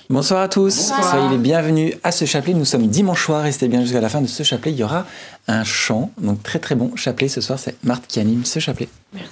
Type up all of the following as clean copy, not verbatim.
Bonsoir à tous, Bonsoir. Soyez les bienvenus à ce chapelet. Nous sommes dimanche soir, restez bien jusqu'à la fin de ce chapelet. Il y aura un chant, donc très très bon chapelet. Ce soir, c'est Marthe qui anime ce chapelet. Merci.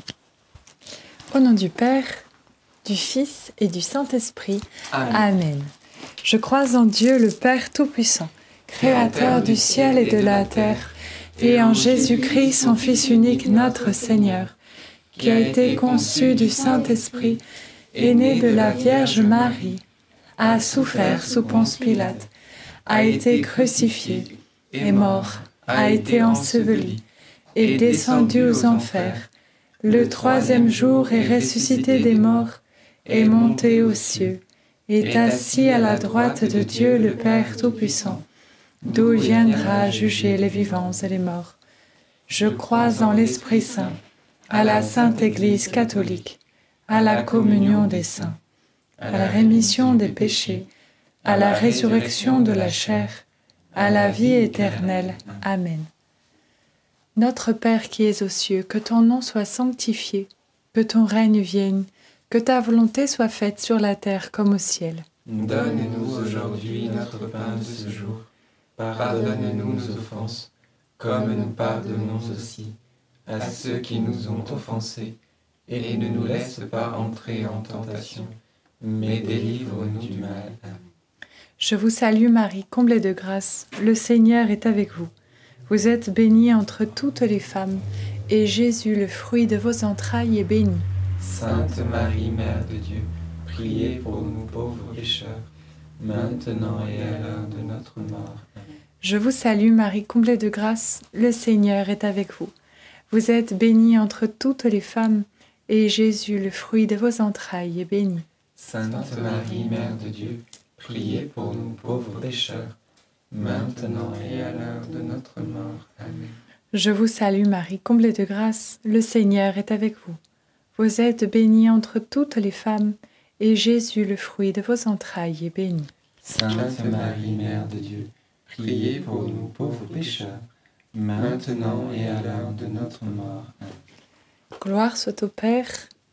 Au nom du Père, du Fils et du Saint-Esprit. Amen. Amen. Je crois en Dieu le Père Tout-Puissant, Créateur du ciel et de la terre, et en Jésus-Christ, son Fils unique, notre Seigneur, qui a été conçu du Saint-Esprit, est né de la Vierge Marie, a souffert sous Ponce Pilate, a été crucifié, est mort, a été enseveli, est descendu aux enfers. Le troisième jour est ressuscité des morts, est monté aux cieux, est assis à la droite de Dieu le Père Tout-Puissant, d'où il viendra juger les vivants et les morts. Je crois en l'Esprit Saint, à la Sainte Église catholique, à la communion des saints, à la rémission des péchés, à la résurrection de la chair, à la vie éternelle. Amen. Notre Père qui es aux cieux, que ton nom soit sanctifié, que ton règne vienne, que ta volonté soit faite sur la terre comme au ciel. Donne-nous aujourd'hui notre pain de ce jour. Pardonne-nous nos offenses, comme nous pardonnons aussi à ceux qui nous ont offensés. Et ne nous laisse pas entrer en tentation, mais délivre-nous du mal. Je vous salue Marie, comblée de grâce, le Seigneur est avec vous. Vous êtes bénie entre toutes les femmes, et Jésus, le fruit de vos entrailles, est béni. Sainte Marie, Mère de Dieu, priez pour nous pauvres pécheurs, maintenant et à l'heure de notre mort. Amen. Je vous salue Marie, comblée de grâce, le Seigneur est avec vous. Vous êtes bénie entre toutes les femmes, et Jésus, le fruit de vos entrailles, est béni. Sainte Marie, Mère de Dieu, priez pour nous pauvres pécheurs, maintenant et à l'heure de notre mort. Amen. Je vous salue Marie, comblée de grâce, le Seigneur est avec vous. Vous êtes bénie entre toutes les femmes, et Jésus, le fruit de vos entrailles, est béni. Sainte Marie, Mère de Dieu, priez pour nous pauvres pécheurs, maintenant et à l'heure de notre mort. Amen. Gloire soit au Père,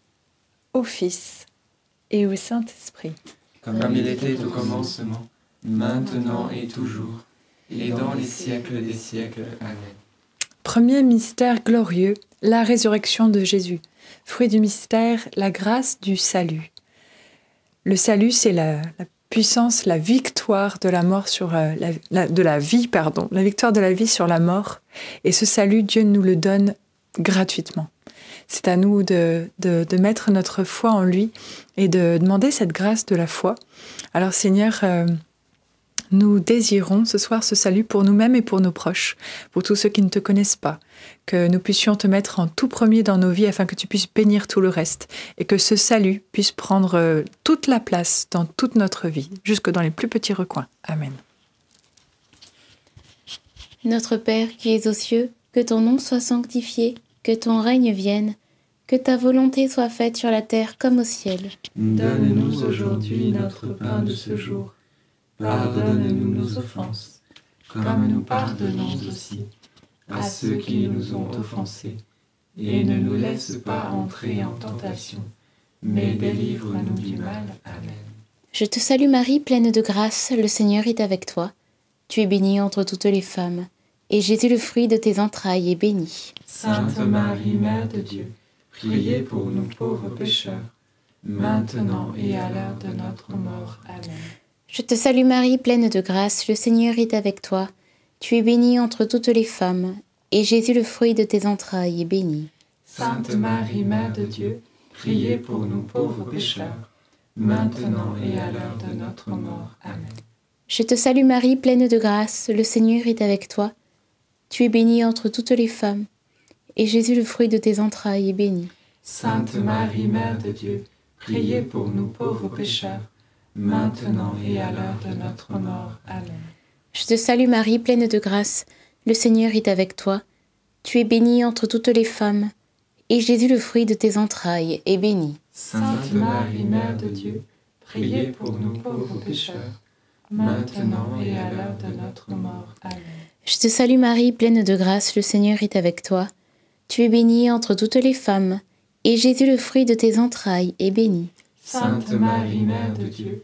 au Fils et au Saint-Esprit. Comme il était au commencement, maintenant et toujours, et dans les siècles des siècles. Amen. Premier mystère glorieux, la résurrection de Jésus. Fruit du mystère, la grâce du salut. Le salut, c'est la puissance, la victoire de la mort sur de la vie, la victoire de la vie sur la mort. Et ce salut, Dieu nous le donne gratuitement. C'est à nous de mettre notre foi en lui et de demander cette grâce de la foi. Alors Seigneur, nous désirons ce soir ce salut pour nous-mêmes et pour nos proches, pour tous ceux qui ne te connaissent pas, que nous puissions te mettre en tout premier dans nos vies afin que tu puisses bénir tout le reste et que ce salut puisse prendre toute la place dans toute notre vie, jusque dans les plus petits recoins. Amen. Notre Père qui es aux cieux, que ton nom soit sanctifié, que ton règne vienne, que ta volonté soit faite sur la terre comme au ciel. Donne-nous aujourd'hui notre pain de ce jour. Pardonne-nous nos offenses, comme nous pardonnons aussi à ceux qui nous ont offensés. Et ne nous laisse pas entrer en tentation, mais délivre-nous du mal. Amen. Je te salue Marie, pleine de grâce, le Seigneur est avec toi. Tu es bénie entre toutes les femmes, et Jésus, le fruit de tes entrailles, est béni. Sainte Marie, Mère de Dieu, priez pour nous pauvres pécheurs, maintenant et à l'heure de notre mort. Amen. Je te salue Marie, pleine de grâce, le Seigneur est avec toi. Tu es bénie entre toutes les femmes, et Jésus, le fruit de tes entrailles, est béni. Sainte Marie, Mère de Dieu, priez pour nous pauvres pécheurs, maintenant et à l'heure de notre mort. Amen. Je te salue Marie, pleine de grâce, le Seigneur est avec toi. Tu es bénie entre toutes les femmes, et Jésus, le fruit de tes entrailles, est béni. Sainte Marie, Mère de Dieu, priez pour nous pauvres pécheurs, maintenant et à l'heure de notre mort. Amen. Je te salue Marie, pleine de grâce, le Seigneur est avec toi. Tu es bénie entre toutes les femmes, et Jésus, le fruit de tes entrailles, est béni. Sainte Marie, Mère de Dieu, priez pour nous pauvres pécheurs, maintenant et à l'heure de notre mort. Amen. Je te salue Marie, pleine de grâce, le Seigneur est avec toi. Tu es bénie entre toutes les femmes, et Jésus, le fruit de tes entrailles, est béni. Sainte Marie, Mère de Dieu,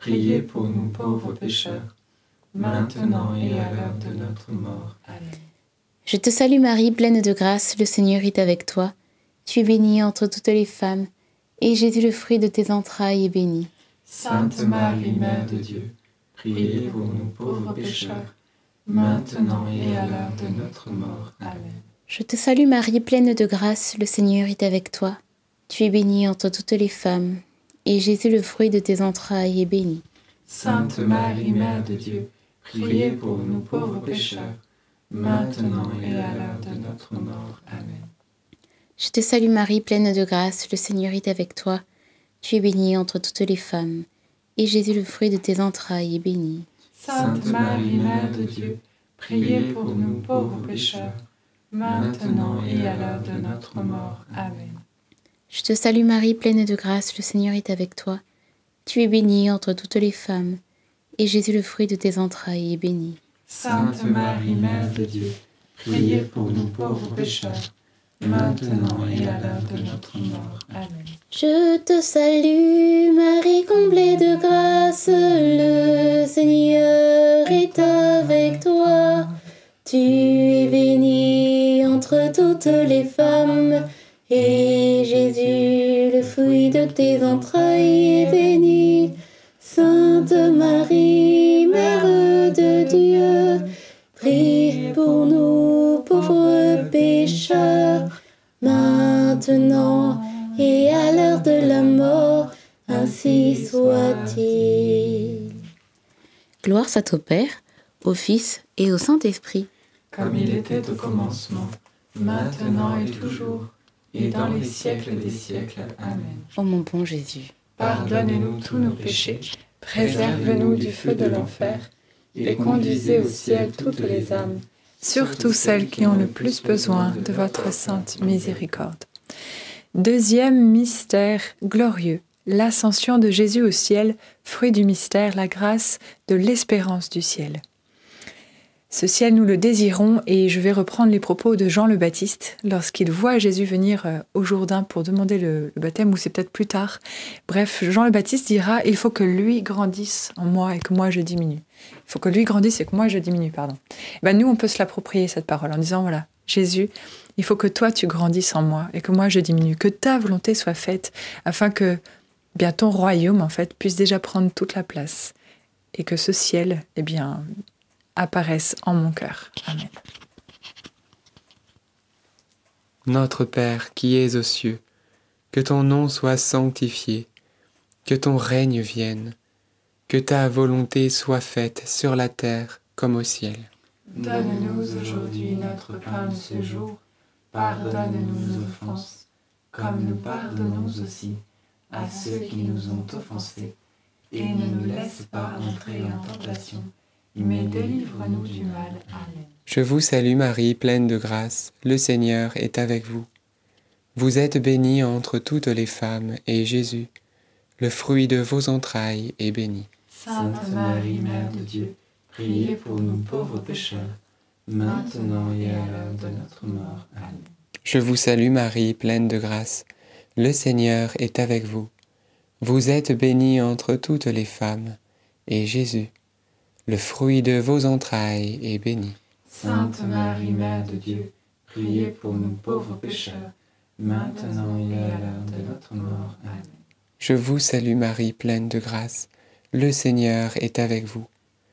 priez pour nous pauvres pécheurs, maintenant et à l'heure de notre mort. Amen. Je te salue Marie, pleine de grâce, le Seigneur est avec toi. Tu es bénie entre toutes les femmes, et Jésus, le fruit de tes entrailles, est béni. Sainte Marie, Mère de Dieu, priez pour nous pauvres pécheurs, maintenant et à l'heure de notre mort. Amen. Je te salue Marie, pleine de grâce, le Seigneur est avec toi. Tu es bénie entre toutes les femmes, et Jésus, le fruit de tes entrailles, est béni. Sainte Marie, Mère de Dieu, priez pour nous pauvres pécheurs, maintenant et à l'heure de notre mort. Amen. Je te salue Marie, pleine de grâce, le Seigneur est avec toi. Tu es bénie entre toutes les femmes, et Jésus, le fruit de tes entrailles, est béni. Sainte Marie, Mère de Dieu, priez pour nous pauvres pécheurs, maintenant et à l'heure de notre mort. Amen. Je te salue Marie, pleine de grâce, le Seigneur est avec toi. Tu es bénie entre toutes les femmes, et Jésus, le fruit de tes entrailles, est béni. Sainte Marie, Mère de Dieu, priez pour nous pauvres pécheurs, maintenant et à l'heure de notre mort. Amen. Je te salue Marie, comblée de grâce, le Seigneur est avec toi. Tu es bénie entre toutes les femmes, et Jésus, le fruit de tes entrailles, est béni. Sainte Marie, Mère de Dieu, prie pour nous pauvres pécheurs, maintenant et à l'heure de la mort, ainsi soit-il. Gloire soit au Père, au Fils et au Saint-Esprit. Comme il était au commencement, maintenant et toujours, et dans les siècles des siècles. Amen. Ô mon bon Jésus, Pardonnez-nous tous nos péchés, préservez-nous du feu de l'enfer, et conduisez au ciel toutes les âmes, Surtout celles qui ont le plus besoin de votre sainte miséricorde. Deuxième mystère glorieux, l'ascension de Jésus au ciel, fruit du mystère, la grâce de l'espérance du ciel. Ce ciel, nous le désirons, et je vais reprendre les propos de Jean le Baptiste lorsqu'il voit Jésus venir au Jourdain pour demander le baptême, ou c'est peut-être plus tard. Bref, Jean le Baptiste dira « Il faut que lui grandisse en moi et que moi je diminue ». Il faut que lui grandisse et que moi je diminue, pardon. Nous, on peut se l'approprier, cette parole, en disant « Voilà, Jésus, il faut que toi tu grandisses en moi et que moi je diminue, que ta volonté soit faite afin que ton royaume, en fait, puisse déjà prendre toute la place et que ce ciel, apparaissent en mon cœur. Amen. Notre Père qui es aux cieux, que ton nom soit sanctifié, que ton règne vienne, que ta volonté soit faite sur la terre comme au ciel. Donne-nous aujourd'hui notre pain de ce jour. Pardonne-nous nos offenses, comme nous pardonnons aussi à ceux qui nous ont offensés. Et ne nous laisse pas entrer en tentation, mais délivre-nous du mal. Amen. Je vous salue Marie, pleine de grâce, le Seigneur est avec vous. Vous êtes bénie entre toutes les femmes, et Jésus, le fruit de vos entrailles, est béni. Sainte Marie, Mère de Dieu, priez pour nous pauvres pécheurs, maintenant et à l'heure de notre mort. Amen. Je vous salue Marie, pleine de grâce, le Seigneur est avec vous. Vous êtes bénie entre toutes les femmes, et Jésus, le fruit de vos entrailles, est béni. Sainte Marie, Mère de Dieu, priez pour nous pauvres pécheurs, maintenant et à l'heure de notre mort. Amen. Je vous salue Marie, pleine de grâce, le Seigneur est avec vous.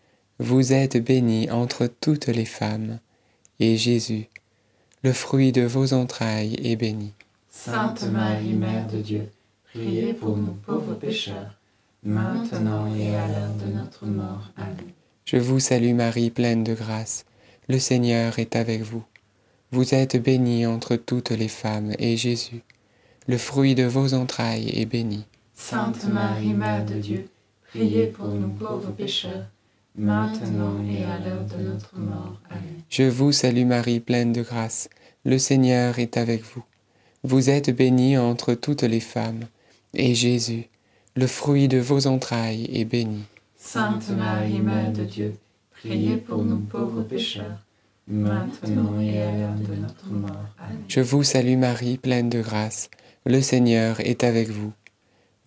Vous êtes bénie entre toutes les femmes, et Jésus, le fruit de vos entrailles, est béni. Sainte Marie, Mère de Dieu, priez pour nous pauvres pécheurs, maintenant et à l'heure de notre mort. Amen. Je vous salue Marie, pleine de grâce, le Seigneur est avec vous. Vous êtes bénie entre toutes les femmes, et Jésus, le fruit de vos entrailles, est béni. Sainte Marie, Mère de Dieu, priez pour nous pauvres pécheurs, maintenant et à l'heure de notre mort. Amen. Je vous salue Marie, pleine de grâce, le Seigneur est avec vous. Vous êtes bénie entre toutes les femmes, et Jésus, le fruit de vos entrailles, est béni. Sainte Marie, Mère de Dieu, priez pour nous pauvres pécheurs, maintenant et à l'heure de notre mort. Amen. Je vous salue Marie, pleine de grâce, le Seigneur est avec vous.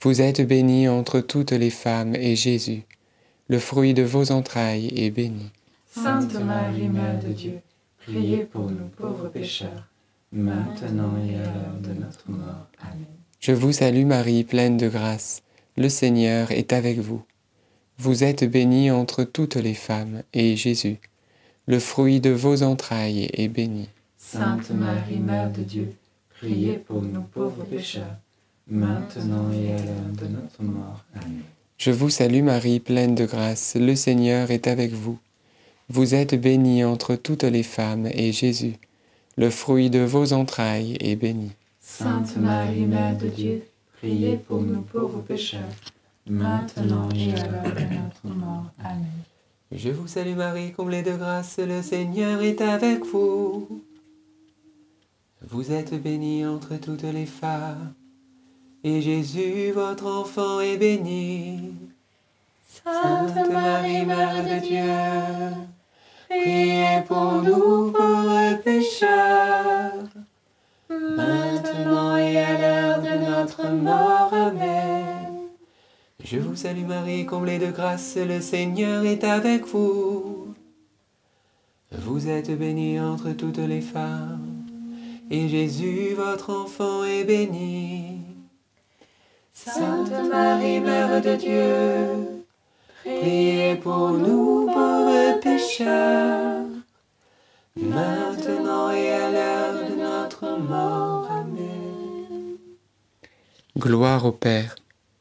Vous êtes bénie entre toutes les femmes, et Jésus, le fruit de vos entrailles, est béni. Sainte Marie, Mère de Dieu, priez pour nous pauvres pécheurs, maintenant et à l'heure de notre mort. Amen. Je vous salue Marie, pleine de grâce. Le Seigneur est avec vous. Vous êtes bénie entre toutes les femmes, et Jésus, le fruit de vos entrailles, est béni. Sainte Marie, Mère de Dieu, priez pour nous pauvres pécheurs, maintenant et à l'heure de notre mort. Amen. Je vous salue Marie, pleine de grâce. Le Seigneur est avec vous. Vous êtes bénie entre toutes les femmes, et Jésus, le fruit de vos entrailles, est béni. Sainte Marie, Mère de Dieu, priez pour nous pauvres pécheurs, maintenant et à l'heure de notre mort. Amen. Je vous salue Marie, comblée de grâce, le Seigneur est avec vous. Vous êtes bénie entre toutes les femmes, et Jésus, votre enfant, est béni. Sainte Marie, Mère de Dieu, priez pour nous pauvres pécheurs, maintenant et à l'heure de notre mort. Amen. Je vous salue Marie, comblée de grâce, le Seigneur est avec vous. Vous êtes bénie entre toutes les femmes, et Jésus, votre enfant, est béni. Sainte Marie, Mère de Dieu, priez pour nous pauvres pécheurs, maintenant et à l'heure de notre mort. Amen. Gloire au Père,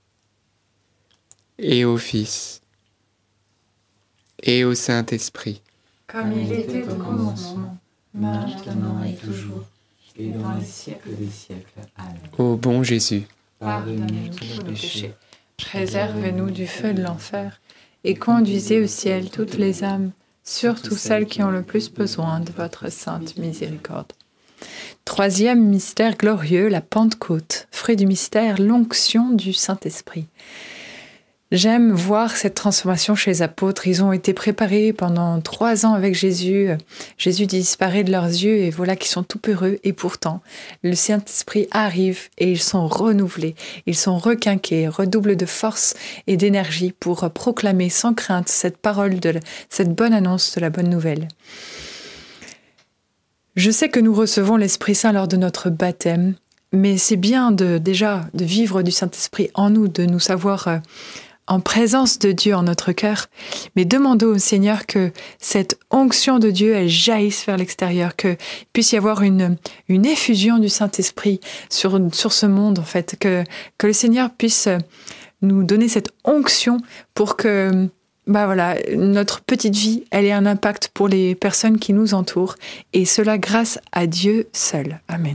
et au Fils, et au Saint-Esprit. Comme il était au commencement, maintenant et toujours, et dans les siècles des siècles. Amen. Ô bon Jésus, Pardonnez-nous tous nos péchés, Préservez-nous du feu de l'enfer et conduisez au ciel toutes les âmes, surtout celles qui ont le plus besoin de votre sainte miséricorde. Troisième mystère glorieux, la Pentecôte. Fruit du mystère, l'onction du Saint-Esprit. J'aime voir cette transformation chez les apôtres. Ils ont été préparés pendant 3 ans avec Jésus. Jésus disparaît de leurs yeux et voilà qu'ils sont tout peureux. Et pourtant, le Saint-Esprit arrive et ils sont renouvelés. Ils sont requinqués, redoublent de force et d'énergie pour proclamer sans crainte cette parole, cette bonne annonce de la bonne nouvelle. Je sais que nous recevons l'Esprit Saint lors de notre baptême, mais c'est bien déjà de vivre du Saint-Esprit en nous, de nous savoir en présence de Dieu en notre cœur, mais demandons au Seigneur que cette onction de Dieu, elle jaillisse vers l'extérieur, qu'il puisse y avoir une effusion du Saint-Esprit sur ce monde, en fait, que le Seigneur puisse nous donner cette onction pour que notre petite vie, elle ait un impact pour les personnes qui nous entourent, et cela grâce à Dieu seul. Amen.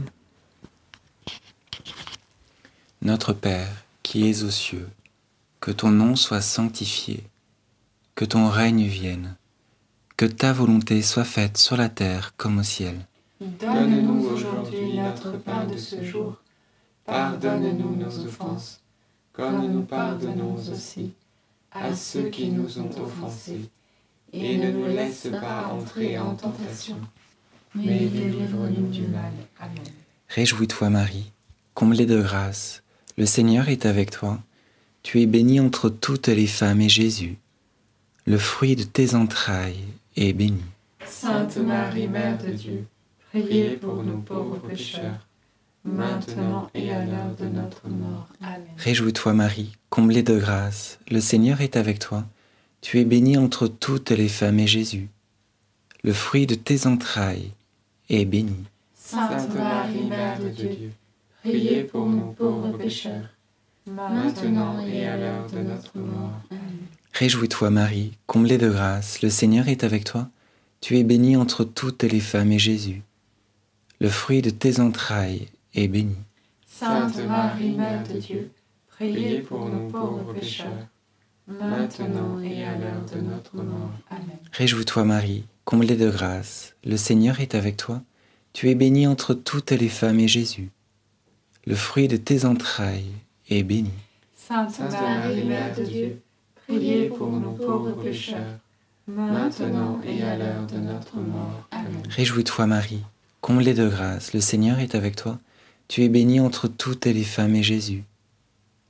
Notre Père, qui es aux cieux, que ton nom soit sanctifié, que ton règne vienne, que ta volonté soit faite sur la terre comme au ciel. Donne-nous aujourd'hui notre pain de ce jour. Pardonne-nous nos offenses, comme nous pardonnons aussi à ceux qui nous ont offensés. Et ne nous laisse pas entrer en tentation, mais délivre-nous du mal. Amen. Réjouis-toi Marie, comblée de grâce, le Seigneur est avec toi. Tu es bénie entre toutes les femmes et Jésus, le fruit de tes entrailles, est béni. Sainte Marie, Mère de Dieu, priez pour nous pauvres pécheurs, maintenant et à l'heure de notre mort. Amen. Réjouis-toi Marie, comblée de grâce, le Seigneur est avec toi. Tu es bénie entre toutes les femmes et Jésus, le fruit de tes entrailles, est béni. Sainte Marie, Mère de Dieu, priez pour nous pauvres pécheurs, maintenant et à l'heure de notre mort. Amen. Réjouis-toi Marie, comblée de grâce, le Seigneur est avec toi. Tu es bénie entre toutes les femmes et Jésus, le fruit de tes entrailles, est béni. Sainte Marie, Mère de Dieu, priez pour nous pauvres pécheurs, maintenant et à l'heure de notre mort. Amen. Réjouis-toi Marie, comblée de grâce, le Seigneur est avec toi. Tu es bénie entre toutes les femmes et Jésus, le fruit de tes entrailles, est béni. Sainte Marie, Mère de Dieu, priez pour nous pauvres pécheurs, maintenant et à l'heure de notre mort. Amen. Réjouis-toi Marie, comblée de grâce, le Seigneur est avec toi. Tu es bénie entre toutes les femmes et Jésus,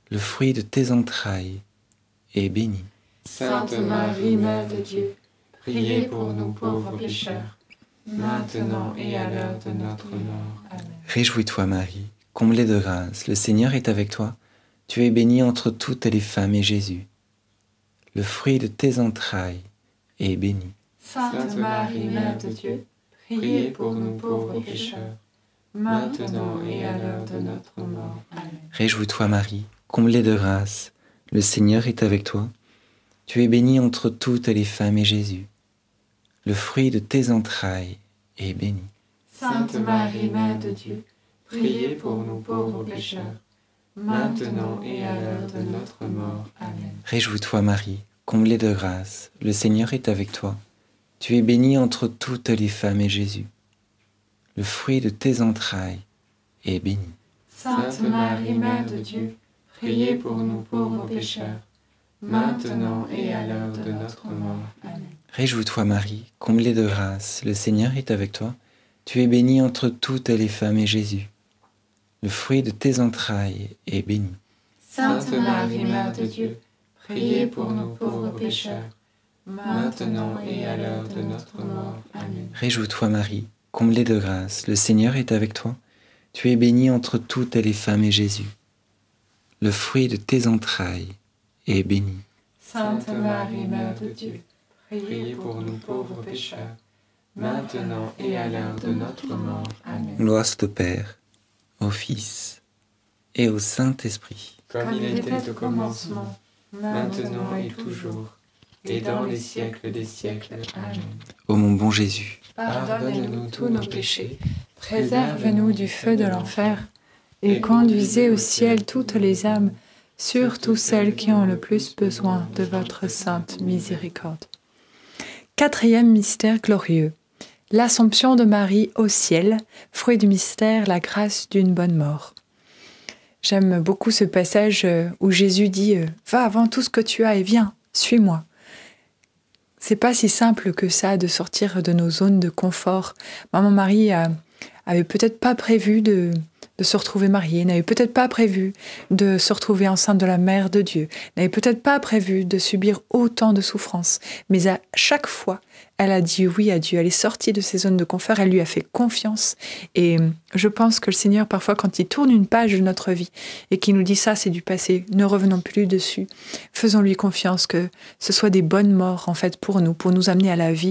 le fruit de tes entrailles est béni. Sainte Marie, Mère de Dieu, priez pour nous pauvres pécheurs, maintenant et à l'heure de notre mort. Amen. Réjouis-toi Marie, comblée de grâce, le Seigneur est avec toi. Tu es bénie entre toutes les femmes et Jésus, le fruit de tes entrailles, est béni. Sainte Marie, Mère de Dieu, priez pour nous pauvres pécheurs, maintenant et à l'heure de notre mort. Amen. Réjouis-toi Marie, comblée de grâce, le Seigneur est avec toi. Tu es bénie entre toutes les femmes et Jésus, le fruit de tes entrailles, est béni. Sainte Marie, Mère de Dieu, priez pour nous pauvres pécheurs, maintenant et à l'heure de notre mort. Amen. Réjouis-toi Marie, comblée de grâce, le Seigneur est avec toi. Tu es bénie entre toutes les femmes et Jésus, le fruit de tes entrailles, est béni. Sainte Marie, Mère de Dieu, priez pour nous pauvres pécheurs, maintenant et à l'heure de notre mort. Amen. Réjouis-toi Marie, comblée de grâce, le Seigneur est avec toi. Tu es bénie entre toutes les femmes et Jésus, le fruit de tes entrailles, est béni. Sainte Marie, Mère de Dieu, priez pour nous pauvres pécheurs, maintenant et à l'heure de notre mort. Amen. Réjouis-toi Marie, comblée de grâce, le Seigneur est avec toi. Tu es bénie entre toutes les femmes et Jésus, le fruit de tes entrailles, est béni. Sainte Marie, Mère de Dieu, priez pour nous pauvres pécheurs, maintenant et à l'heure de notre mort. Amen. Gloire au Père, au Fils et au Saint-Esprit. Comme il était au commencement, maintenant et toujours, et dans les siècles des siècles. Amen. Ô mon bon Jésus, pardonne-nous tous nos péchés, préserve-nous du feu de l'enfer, et conduisez au ciel toutes les âmes, surtout celles qui ont le plus besoin de votre sainte miséricorde. Quatrième mystère glorieux, l'Assomption de Marie au ciel, fruit du mystère, la grâce d'une bonne mort. J'aime beaucoup ce passage où Jésus dit « Va avant tout ce que tu as et viens, suis-moi ». C'est pas si simple que ça de sortir de nos zones de confort. Maman Marie avait peut-être pas prévu de se retrouver mariée, n'avait peut-être pas prévu de se retrouver enceinte de la Mère de Dieu, n'avait peut-être pas prévu de subir autant de souffrances. Mais à chaque fois, elle a dit oui à Dieu. Elle est sortie de ses zones de confort, elle lui a fait confiance. Et je pense que le Seigneur, parfois, quand il tourne une page de notre vie et qu'il nous dit ça, c'est du passé, ne revenons plus dessus. Faisons-lui confiance que ce soit des bonnes morts, en fait, pour nous amener à la vie.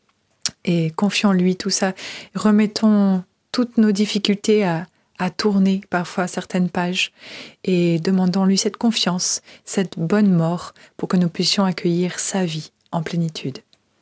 Et confions-lui tout ça. Remettons toutes nos difficultés à tourner parfois certaines pages et demandons-lui cette confiance, cette bonne mort pour que nous puissions accueillir sa vie en plénitude.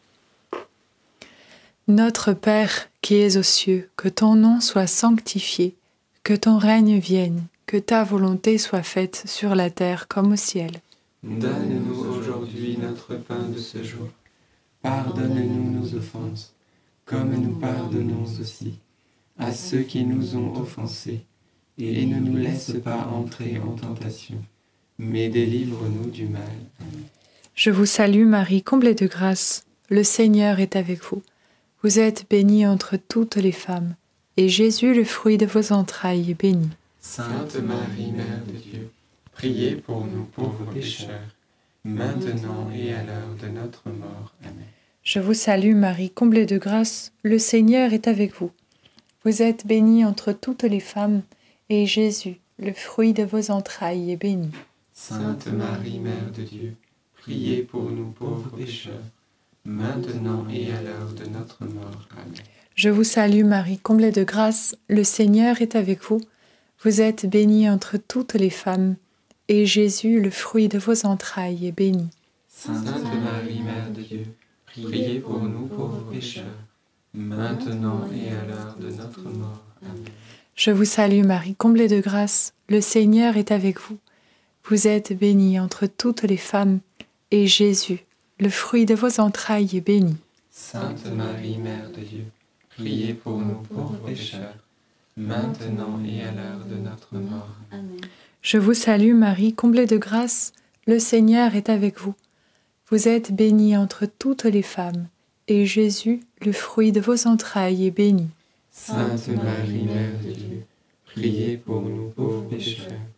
Notre Père qui es aux cieux, que ton nom soit sanctifié, que ton règne vienne, que ta volonté soit faite sur la terre comme au ciel. Donne-nous aujourd'hui notre pain de ce jour. Pardonne-nous nos offenses, comme nous pardonnons aussi à ceux qui nous ont offensés, et ne nous laisse pas entrer en tentation, mais délivre-nous du mal. Amen. Je vous salue Marie, comblée de grâce, le Seigneur est avec vous. Vous êtes bénie entre toutes les femmes, et Jésus, le fruit de vos entrailles, est béni. Sainte Marie, Mère de Dieu, priez pour nous pauvres pécheurs, maintenant et à l'heure de notre mort. Amen. Je vous salue Marie, comblée de grâce, le Seigneur est avec vous. Vous êtes bénie entre toutes les femmes, et Jésus, le fruit de vos entrailles, est béni. Sainte Marie, Mère de Dieu, priez pour nous pauvres pécheurs, maintenant et à l'heure de notre mort. Amen. Je vous salue Marie, comblée de grâce, le Seigneur est avec vous. Vous êtes bénie entre toutes les femmes, et Jésus, le fruit de vos entrailles, est béni. Sainte Marie, Mère de Dieu, priez pour nous pauvres pécheurs, maintenant et à l'heure de notre mort. Amen. Je vous salue Marie, comblée de grâce, le Seigneur est avec vous. Vous êtes bénie entre toutes les femmes, et Jésus, le fruit de vos entrailles, est béni. Sainte Marie, Mère de Dieu, priez pour nous pauvres pécheurs, maintenant et à l'heure de notre mort. Amen. Je vous salue Marie, comblée de grâce, le Seigneur est avec vous. Vous êtes bénie entre toutes les femmes, et Jésus, le fruit de vos entrailles, est béni. Sainte Marie, Mère de Dieu, priez pour nous pauvres pécheurs,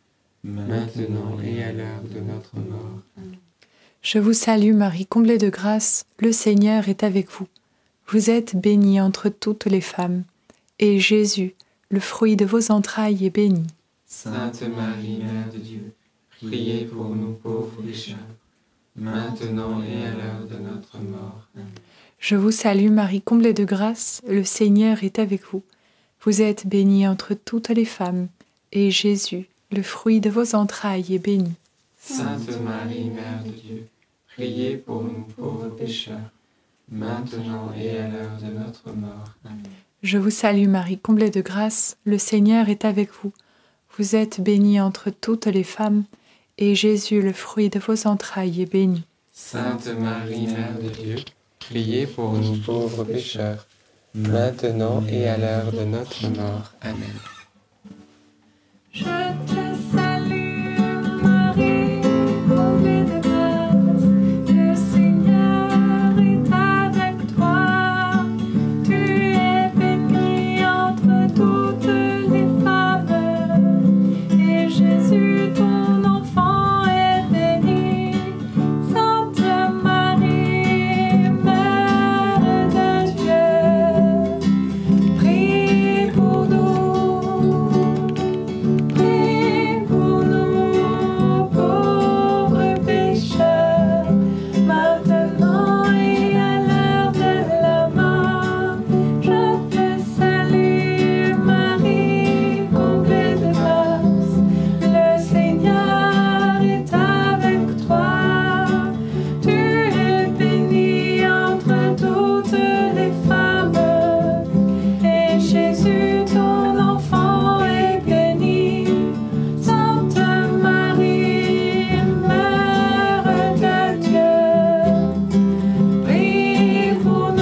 maintenant et à l'heure de notre mort. Je vous salue Marie, comblée de grâce, le Seigneur est avec vous. Vous êtes bénie entre toutes les femmes, et Jésus, le fruit de vos entrailles, est béni. Sainte Marie, Mère de Dieu, priez pour nous pauvres pécheurs, maintenant et à l'heure de notre mort. Amen. Je vous salue Marie, comblée de grâce, le Seigneur est avec vous. Vous êtes bénie entre toutes les femmes, et Jésus, le fruit de vos entrailles, est béni. Sainte Marie, Mère de Dieu, priez pour nous pauvres pécheurs, maintenant et à l'heure de notre mort. Amen. Je vous salue Marie, comblée de grâce, le Seigneur est avec vous. Vous êtes bénie entre toutes les femmes, et Jésus, le fruit de vos entrailles, est béni. Sainte Marie, Mère de Dieu, Priez pour nous pauvres pécheurs, maintenant et à l'heure de notre mort. Amen. Je te salue Marie, comblée de grâce, le Seigneur est avec toi. Tu es bénie entre toutes les femmes, et Jésus ton enfant est béni. Sainte Marie, Mère de Dieu, prie pour nous. Prie pour nous, pauvres pécheurs, maintenant et à l'heure de la mort. Je te salue, Marie, comblée de grâce, le Seigneur est avec toi. Tu es bénie entre toutes les femmes, et Jésus, ton enfant, est béni. Sainte Marie, Mère de Dieu, prie pour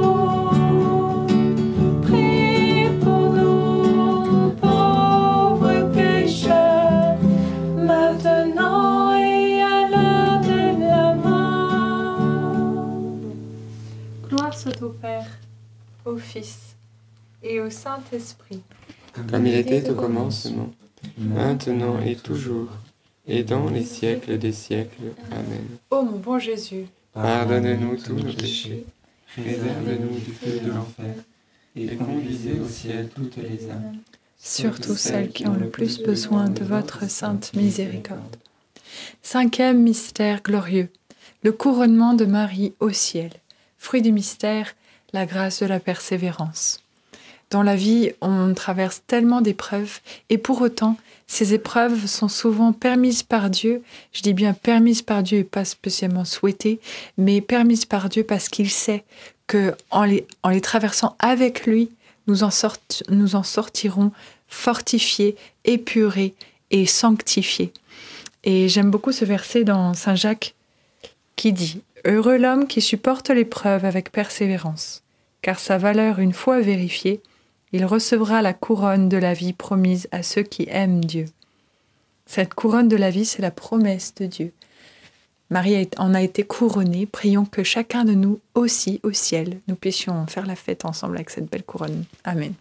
nous, pauvres pécheurs, maintenant et à l'heure de la mort. Gloire soit au Père, au Fils et au Saint-Esprit. Comme il était au commencement, maintenant et toujours, et dans les siècles des siècles. Amen. Ô mon bon Jésus, Pardonne-nous tous nos péchés, préserve-nous du feu de l'enfer, et conduisez au ciel toutes les âmes, surtout celles qui ont le plus besoin de votre sainte miséricorde. Cinquième mystère glorieux, le couronnement de Marie au ciel. Fruit du mystère, la grâce de la persévérance. Dans la vie, on traverse tellement d'épreuves, et pour autant, ces épreuves sont souvent permises par Dieu. Je dis bien permises par Dieu et pas spécialement souhaitées, mais permises par Dieu parce qu'il sait qu'en les traversant avec lui, nous en sortirons fortifiés, épurés et sanctifiés. Et j'aime beaucoup ce verset dans Saint Jacques qui dit « Heureux l'homme qui supporte l'épreuve avec persévérance, car sa valeur une fois vérifiée, il recevra la couronne de la vie promise à ceux qui aiment Dieu. » Cette couronne de la vie, c'est la promesse de Dieu. Marie en a été couronnée. Prions que chacun de nous aussi, au ciel, nous puissions faire la fête ensemble avec cette belle couronne. Amen.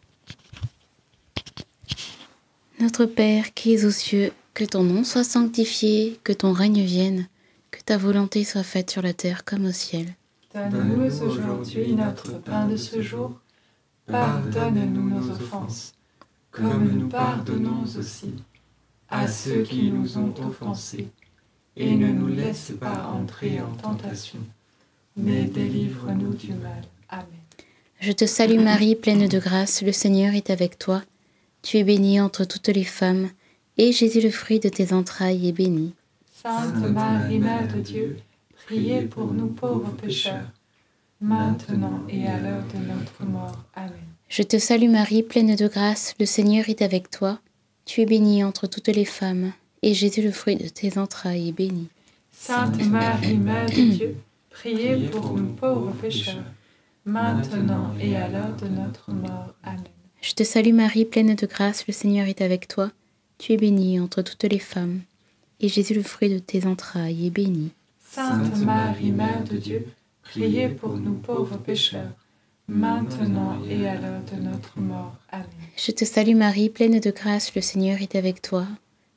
Notre Père qui es aux cieux, que ton nom soit sanctifié, que ton règne vienne, que ta volonté soit faite sur la terre comme au ciel. Donne-nous aujourd'hui notre pain de ce jour. Pardonne-nous nos offenses, comme nous pardonnons aussi à ceux qui nous ont offensés. Et ne nous laisse pas entrer en tentation, mais délivre-nous du mal. Amen. Je te salue Marie, pleine de grâce, le Seigneur est avec toi. Tu es bénie entre toutes les femmes, et Jésus, le fruit de tes entrailles, est béni. Sainte Marie, Mère de Dieu, priez pour nous pauvres pécheurs, maintenant et à l'heure de notre mort. Amen. Je te salue Marie, pleine de grâce, le Seigneur est avec toi. Tu es bénie entre toutes les femmes, et Jésus, le fruit de tes entrailles, est béni. Sainte Marie, Mère de Dieu, priez pour nous pauvres pécheurs, maintenant et à l'heure de notre mort. Amen. Je te salue Marie, pleine de grâce, le Seigneur est avec toi. Tu es bénie entre toutes les femmes, et Jésus, le fruit de tes entrailles, est béni. Sainte Marie, Mère de Dieu, priez pour nous pauvres pécheurs, maintenant et à l'heure de notre mort. Amen. Je te salue Marie, pleine de grâce, le Seigneur est avec toi.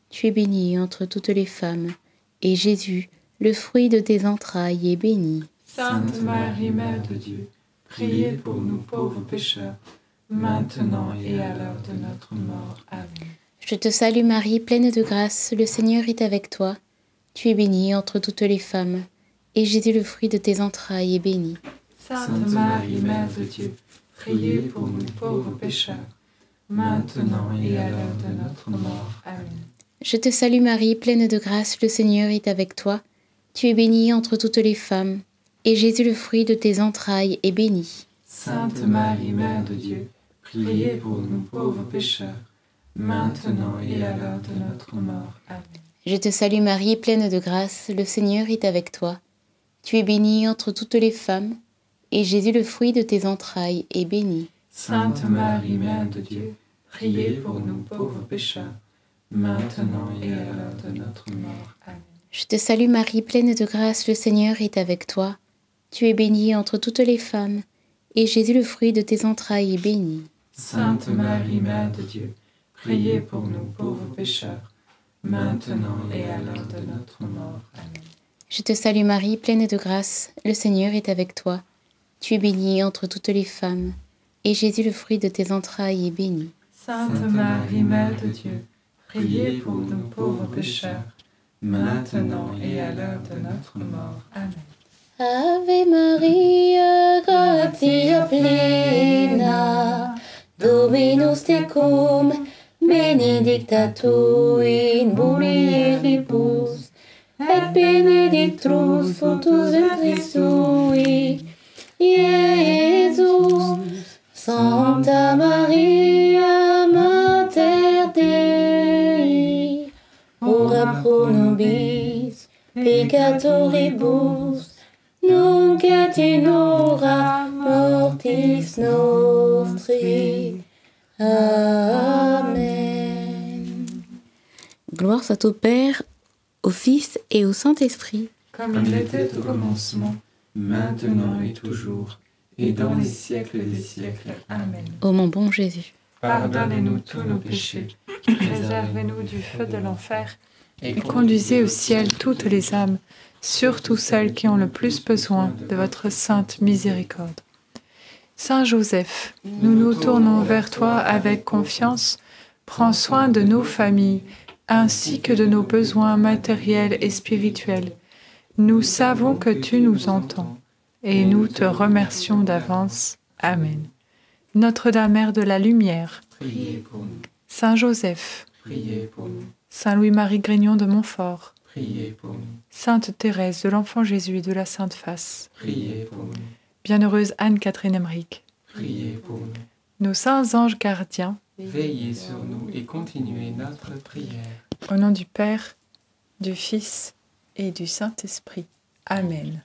Tu es bénie entre toutes les femmes, et Jésus, le fruit de tes entrailles, est béni. Sainte Marie, Mère de Dieu, priez pour nous pauvres pécheurs, maintenant et à l'heure de notre mort. Amen. Je te salue Marie, pleine de grâce, le Seigneur est avec toi. Tu es bénie entre toutes les femmes, et Jésus, le fruit de tes entrailles, est béni. Sainte Marie, Mère de Dieu, priez pour nous pauvres pécheurs, maintenant et à l'heure de notre mort. Amen. Je te salue Marie, pleine de grâce, le Seigneur est avec toi. Tu es bénie entre toutes les femmes, et Jésus, le fruit de tes entrailles, est béni. Sainte Marie, Mère de Dieu, priez pour nous pauvres pécheurs, maintenant et à l'heure de notre mort. Amen. Je te salue Marie, pleine de grâce, le Seigneur est avec toi. Tu es bénie entre toutes les femmes, et Jésus, le fruit de tes entrailles, est béni. Sainte Marie, Mère de Dieu, priez pour nous pauvres pécheurs, maintenant et à l'heure de notre mort. Amen. Je te salue Marie, pleine de grâce, le Seigneur est avec toi. Tu es bénie entre toutes les femmes, et Jésus, le fruit de tes entrailles, est béni. Sainte Marie, Mère de Dieu, priez pour nous pauvres pécheurs, maintenant et à l'heure de notre mort. Amen. Je te salue Marie, pleine de grâce, le Seigneur est avec toi. Tu es bénie entre toutes les femmes, et Jésus, le fruit de tes entrailles, est béni. Sainte Marie, Mère de Dieu, priez pour nous pauvres pécheurs, maintenant et à l'heure de notre mort. Amen. Ave Maria, gratia plena, Dominus tecum, benedicta tu in mulieribus, et benedictus fructus ventris tui, Iesus. Santa Maria, Mater Dei, ora pro nobis peccatoribus, nunc et in hora mortis nostri. Amen. Gloire soit au Père, au Fils et au Saint-Esprit. Comme il était au commencement, maintenant et toujours, et dans les siècles des siècles. Amen. Ô mon bon Jésus, Pardonnez-nous tous nos péchés, préservez-nous du feu de l'enfer, Et conduisez au ciel toutes les âmes, surtout celles qui ont le plus besoin de votre sainte miséricorde. Saint Joseph, nous nous tournons vers toi avec confiance. Prends soin de nos familles, ainsi que de nos besoins matériels et spirituels. Nous savons que tu nous entends, et nous te remercions d'avance. Amen. Notre-Dame, Mère de la Lumière, priez pour nous, Saint Joseph, priez pour nous, Saint Louis-Marie Grignon de Montfort, priez pour nous, Sainte Thérèse de l'Enfant Jésus et de la Sainte Face, priez pour nous, Bienheureuse Anne-Catherine Emmerich, priez pour nous. nos saints anges gardiens, Veillez sur nous et continuez notre prière. au nom du Père, du Fils et du Saint-Esprit. Amen.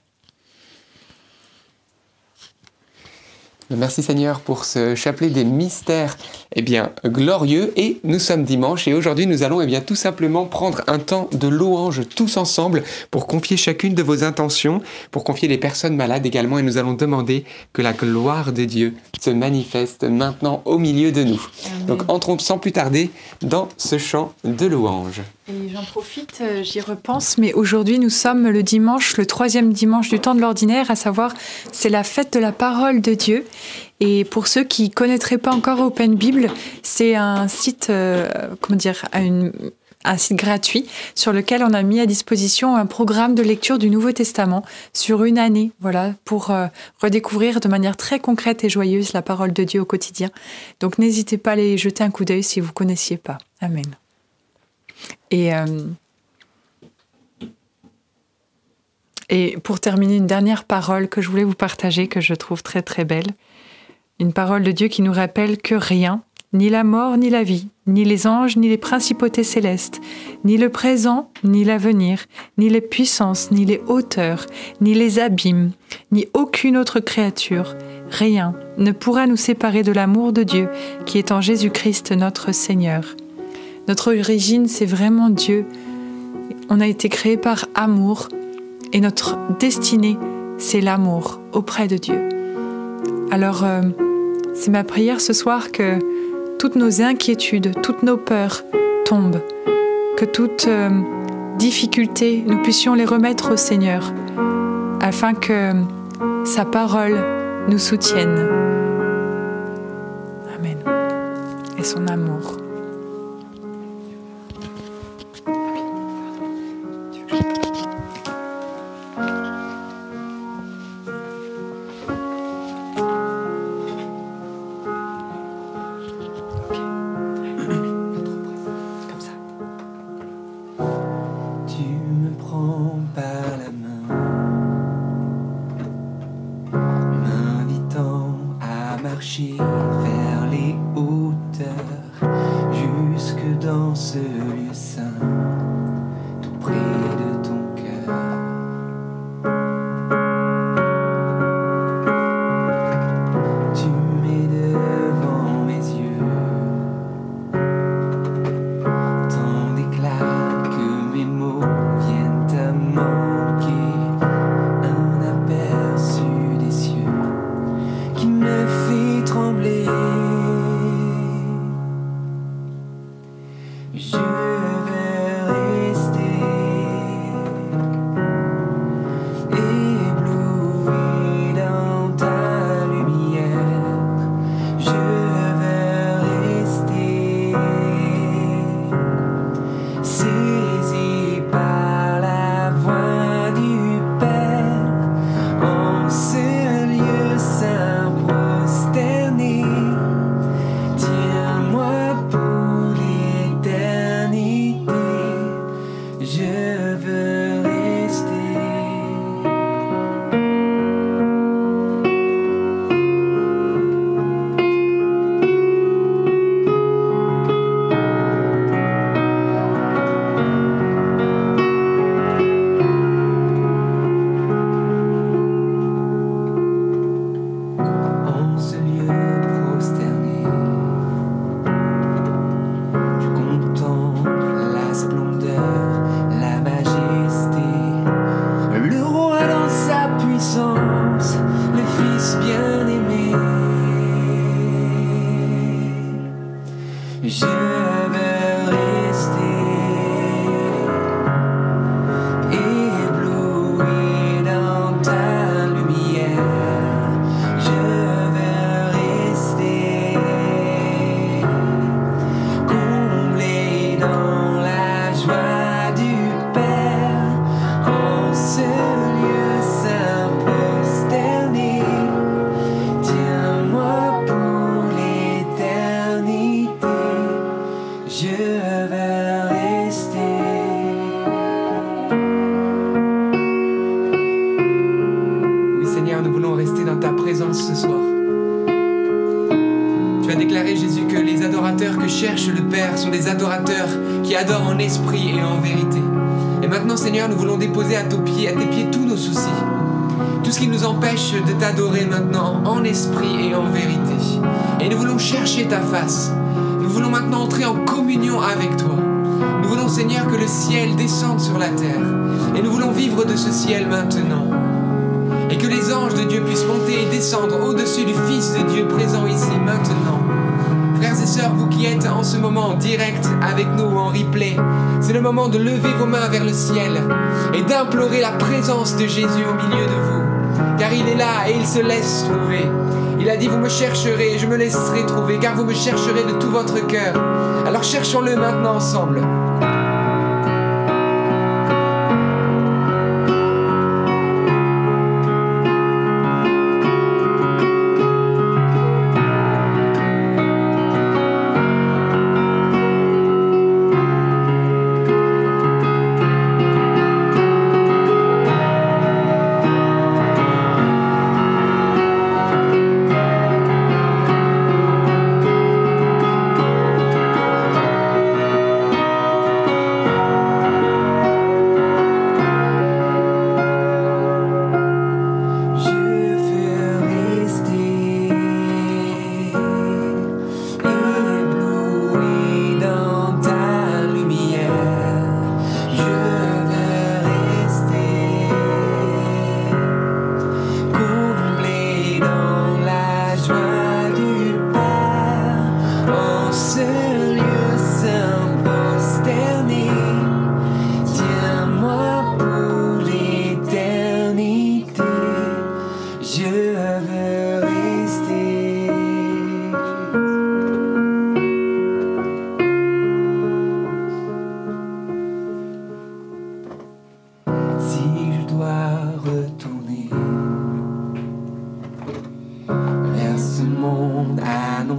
Merci Seigneur pour ce chapelet des mystères glorieux. Et nous sommes dimanche et aujourd'hui nous allons tout simplement prendre un temps de louange tous ensemble pour confier chacune de vos intentions, pour confier les personnes malades également, et nous allons demander que la gloire de Dieu se manifeste maintenant au milieu de nous. Amen. Donc entrons sans plus tarder dans ce chant de louange. Et j'en profite, j'y repense, mais aujourd'hui nous sommes le dimanche, le 3e dimanche du temps de l'ordinaire, à savoir c'est la fête de la parole de Dieu. Et pour ceux qui ne connaîtraient pas encore Open Bible, c'est un site, un site gratuit sur lequel on a mis à disposition un programme de lecture du Nouveau Testament sur une année, voilà, pour redécouvrir de manière très concrète et joyeuse la parole de Dieu au quotidien. Donc n'hésitez pas à aller jeter un coup d'œil si vous ne connaissiez pas. Amen. Et pour terminer, une dernière parole que je voulais vous partager, que je trouve très très belle. Une parole de Dieu qui nous rappelle que rien, ni la mort, ni la vie, ni les anges, ni les principautés célestes, ni le présent, ni l'avenir, ni les puissances, ni les hauteurs, ni les abîmes, ni aucune autre créature, rien ne pourra nous séparer de l'amour de Dieu qui est en Jésus-Christ notre Seigneur. Notre origine, c'est vraiment Dieu. On a été créé par amour et notre destinée, c'est l'amour auprès de Dieu. Alors, c'est ma prière ce soir que toutes nos inquiétudes, toutes nos peurs tombent, que toute difficulté, nous puissions les remettre au Seigneur, afin que sa parole nous soutienne. Amen. Et son amour. Vers les hauteurs, jusque dans ce lieu saint, tout près de ton cœur. Tu mets devant mes yeux tant d'éclat que mes mots viennent à manquer, un aperçu des cieux qui me fait trembler. Je veux rester ébloui dans ta lumière. Je veux rester saisi par la voix du Père en ce lieu saint prosterné. Tiens-moi pour l'éternité, je veux rester. En ce lieu prosterné, je contemple la splendeur, la majesté, le roi dans sa puissance, le Fils bien-aimé. Je veux rester ébloui dans ta lumière. Je veux rester comblé dans la joie du Père en ce lieu saint prosterné. Tiens-moi pour l'éternité, je veux rester. Oui Seigneur, nous voulons rester dans ta présence ce soir. Tu as déclaré, Jésus, que les adorateurs que cherche le Père sont des adorateurs qui adorent en esprit et en vérité. Et maintenant, Seigneur, nous voulons déposer à tes pieds tous nos soucis. Tout ce qui nous empêche de t'adorer maintenant en esprit et en vérité. Et nous voulons chercher ta face. Nous voulons maintenant entrer en communion avec toi. Nous voulons, Seigneur, que le ciel descende sur la terre. Et nous voulons vivre de ce ciel maintenant. Et que les anges de Dieu puissent monter et descendre au-dessus du Fils de Dieu présent ici maintenant. Frères et sœurs, vous qui êtes en ce moment en direct avec nous ou en replay, c'est le moment de lever vos mains vers le ciel et d'implorer la présence de Jésus au milieu de vous. Car il est là et il se laisse trouver. Il a dit, vous me chercherez et je me laisserai trouver, car vous me chercherez de tout votre cœur. Alors cherchons-le maintenant ensemble.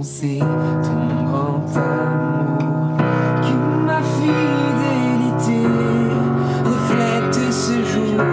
annoncer ton grand amour. Que ma fidélité reflète ce jour.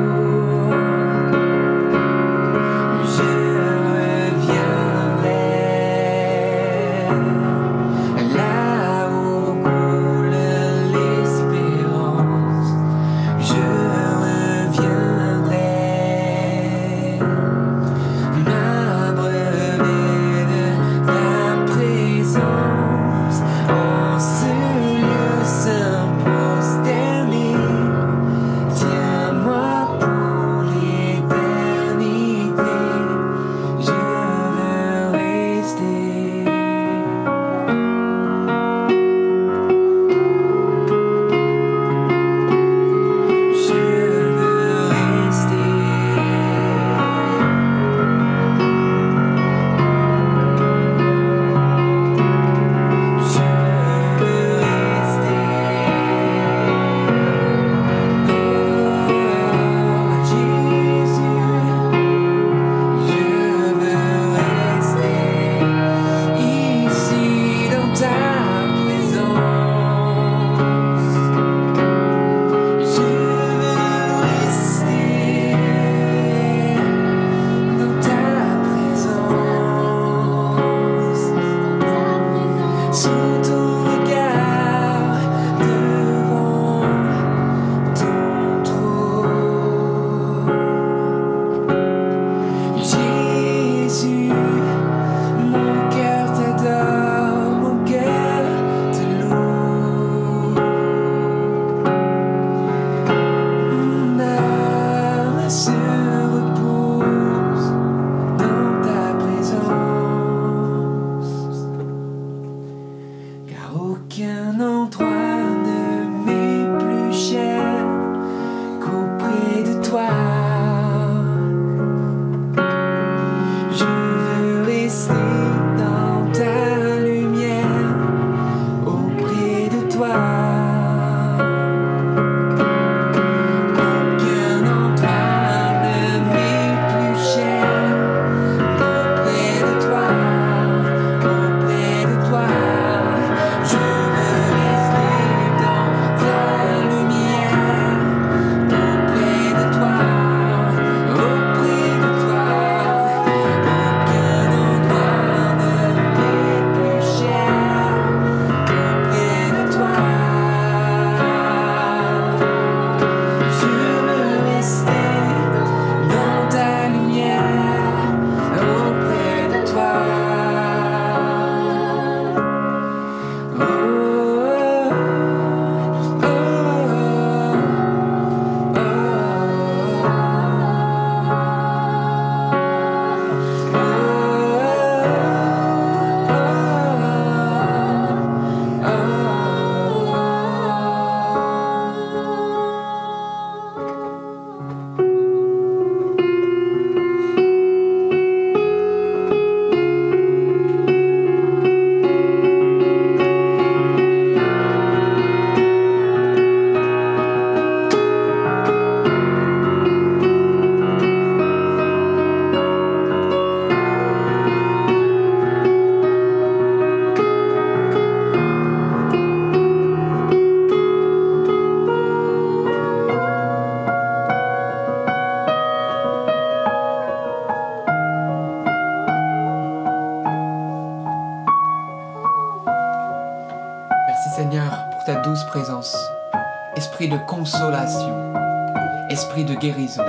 Présence, esprit de consolation, esprit de guérison.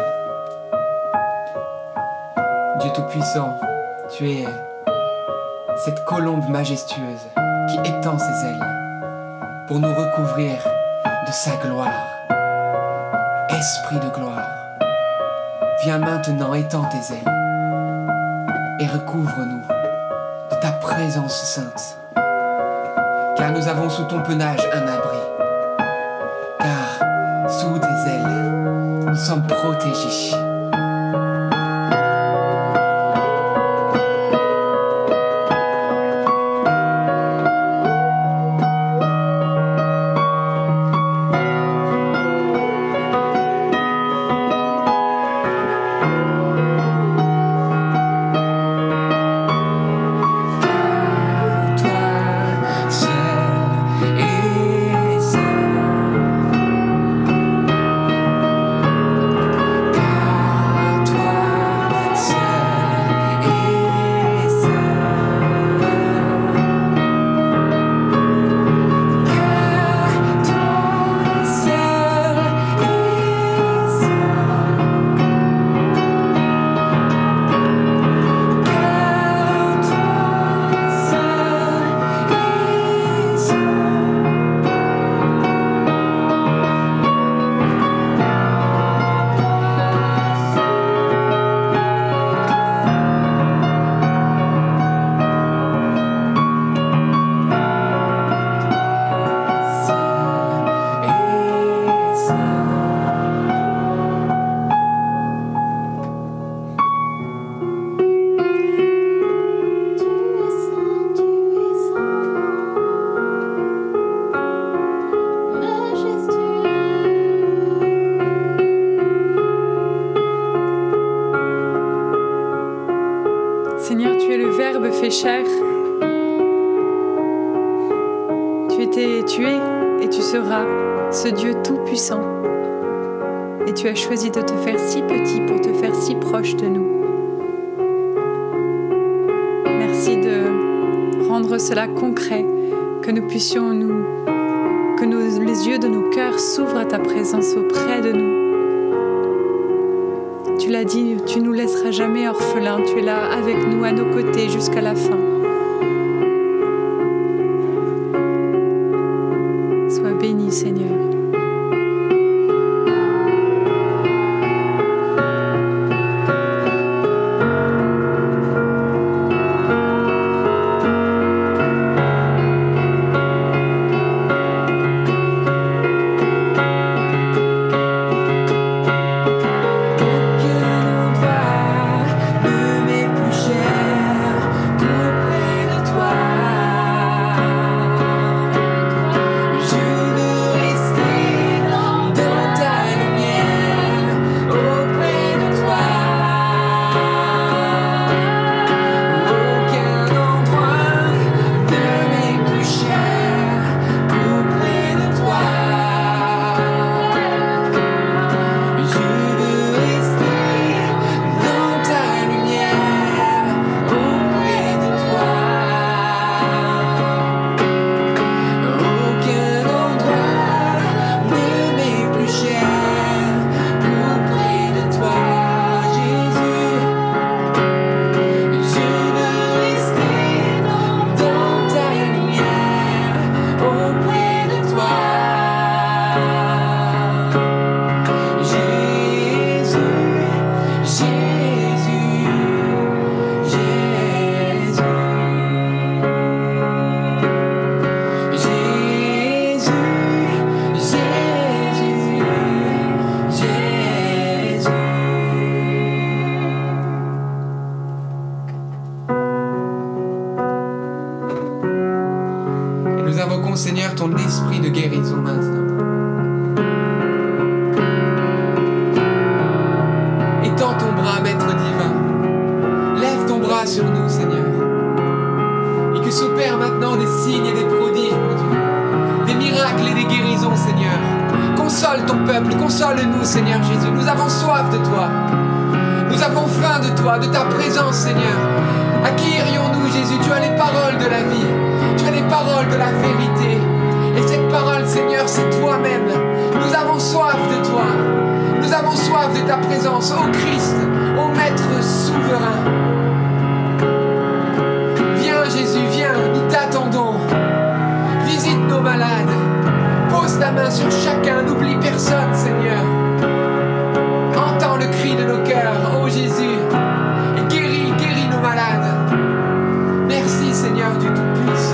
Dieu Tout-Puissant, tu es cette colombe majestueuse qui étend ses ailes pour nous recouvrir de sa gloire. Esprit de gloire, viens maintenant, étends tes ailes et recouvre-nous de ta présence sainte, car nous avons sous ton penage un abri. Sous tes ailes, nous sommes protégés. chair. Tu es et tu seras ce Dieu tout-puissant. Et tu as choisi de te faire si petit pour te faire si proche de nous. Merci de rendre cela concret, que nous puissions les yeux de nos cœurs s'ouvrent à ta présence auprès de nous. Tu l'as dit, tu ne nous laisseras jamais orphelins, tu es là avec nous, à nos côtés, jusqu'à la fin. Sois béni, Seigneur. Seigneur, ton esprit de guérison maintenant. Étends ton bras, Maître divin. Lève ton bras sur nous, Seigneur. Et que s'opèrent maintenant des signes et des prodiges, mon Dieu. Des miracles et des guérisons, Seigneur. Console ton peuple, console-nous, Seigneur Jésus. Nous avons soif de toi. Nous avons faim de toi, de ta présence, Seigneur. À qui irions-nous, Jésus? Tu as les paroles de la vie. Tu as les paroles de la vérité. Et cette parole, Seigneur, c'est toi-même. Nous avons soif de toi. Nous avons soif de ta présence, ô Christ, ô Maître souverain. Viens, Jésus, viens, nous t'attendons. Visite nos malades. Pose ta main sur chacun, n'oublie personne, Seigneur. Entends le cri de nos cœurs, ô Jésus. Et guéris nos malades. Merci, Seigneur du Tout-Puissant.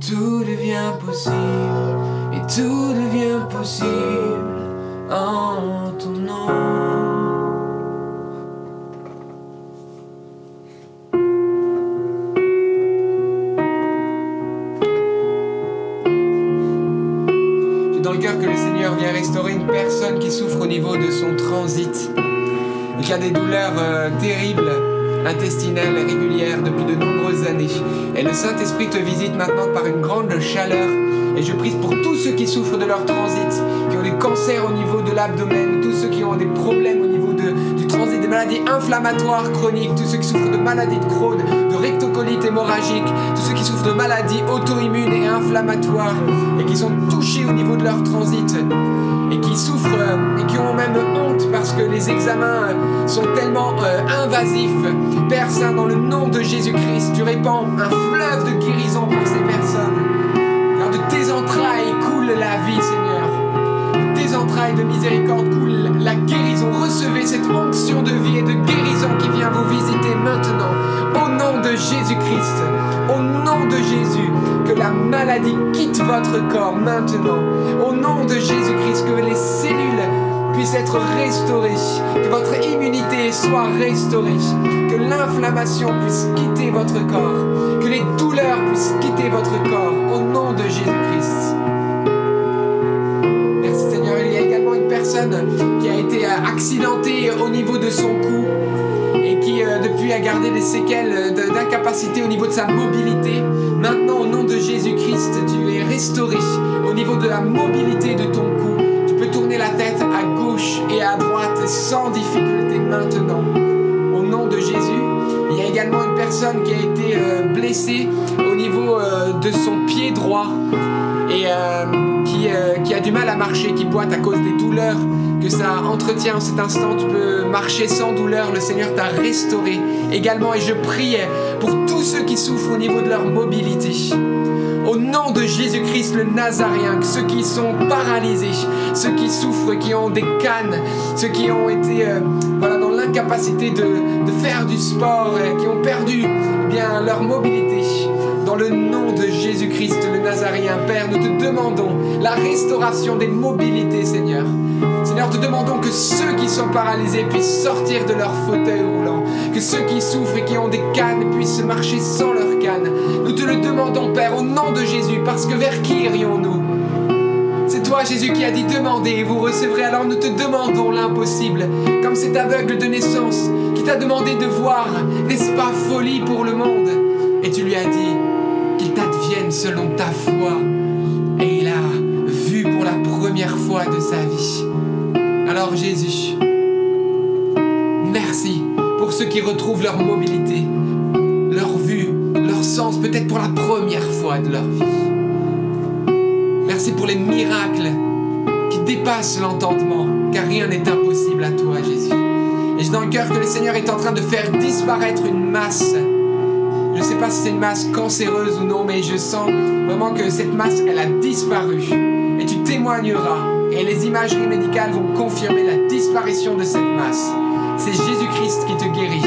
tout devient possible, et tout devient possible en ton nom. J'ai dans le cœur que le Seigneur vient restaurer une personne qui souffre au niveau de son transit et qui a des douleurs terribles, intestinales régulières depuis de nombreuses années. Et le Saint-Esprit te visite maintenant par une grande chaleur. Et je prie pour tous ceux qui souffrent de leur transit, qui ont des cancers au niveau de l'abdomen, tous ceux qui ont des problèmes au niveau du transit, des maladies inflammatoires chroniques, tous ceux qui souffrent de maladies de Crohn, de rectocolite hémorragique, tous ceux qui souffrent de maladies auto-immunes et inflammatoires et qui sont touchés au niveau de leur transit et qui souffrent et qui ont même honte parce que les examens sont tellement invasifs. Père Saint, dans le nom de Jésus-Christ, tu répands un fleuve de guérison pour ces personnes. Car de tes entrailles coule la vie, Seigneur. De tes entrailles de miséricorde coule la guérison. Recevez cette onction de vie et de guérison qui vient vous visiter maintenant. Au nom de Jésus-Christ, au nom de Jésus, que la maladie quitte votre corps maintenant. Au nom de Jésus-Christ, que les cellules puissent être restaurées, que votre immunité soit restaurée, que l'inflammation puisse quitter votre corps, que les douleurs puissent quitter votre corps, au nom de Jésus-Christ. Merci Seigneur. Il y a également une personne qui a été accidentée au niveau de son cou et qui depuis a gardé des séquelles d'incapacité au niveau de sa mobilité. Maintenant, au nom de Jésus-Christ, tu es restauré au niveau de la mobilité de ton cou. Tu peux tourner la tête à gauche et à droite sans difficulté maintenant. Au nom de Jésus. Il y a également une personne qui a été blessée au niveau de son pied droit et qui a du mal à marcher, qui boite à cause des douleurs que ça entretient en cet instant. Tu peux marcher sans douleur, le Seigneur t'a restauré également. Et je prie pour tous ceux qui souffrent au niveau de leur mobilité. Au nom de Jésus-Christ le Nazaréen, ceux qui sont paralysés, ceux qui souffrent, qui ont des cannes, ceux qui ont été dans l'incapacité de faire du sport, qui ont perdu bien leur mobilité. Dans le nom de Jésus-Christ le Nazaréen, Père, nous te demandons la restauration des mobilités, Seigneur. Seigneur, te demandons que ceux qui sont paralysés puissent sortir de leur fauteuil roulant, que ceux qui souffrent et qui ont des cannes puissent marcher sans leurs cannes. Nous te le demandons, Père, au nom de Jésus, parce que vers qui irions-nous ? C'est toi, Jésus, qui a dit « Demandez et vous recevrez ». Alors nous te demandons l'impossible, comme cet aveugle de naissance qui t'a demandé de voir, n'est-ce pas, folie pour le monde ? Et tu lui as dit qu'il t'advienne selon ta foi. Et il a vu pour la première fois de sa vie. Alors Jésus, merci pour ceux qui retrouvent leur mobilité, leur vue, leur sens, peut-être pour la première fois de leur vie. Merci pour les miracles qui dépassent l'entendement, car rien n'est impossible à toi, Jésus. Et j'ai dans le cœur que le Seigneur est en train de faire disparaître une masse. Je ne sais pas si c'est une masse cancéreuse ou non, mais je sens vraiment que cette masse, elle a disparu. Et tu témoigneras. Et les imageries médicales vont confirmer la disparition de cette masse. C'est Jésus-Christ qui te guérit.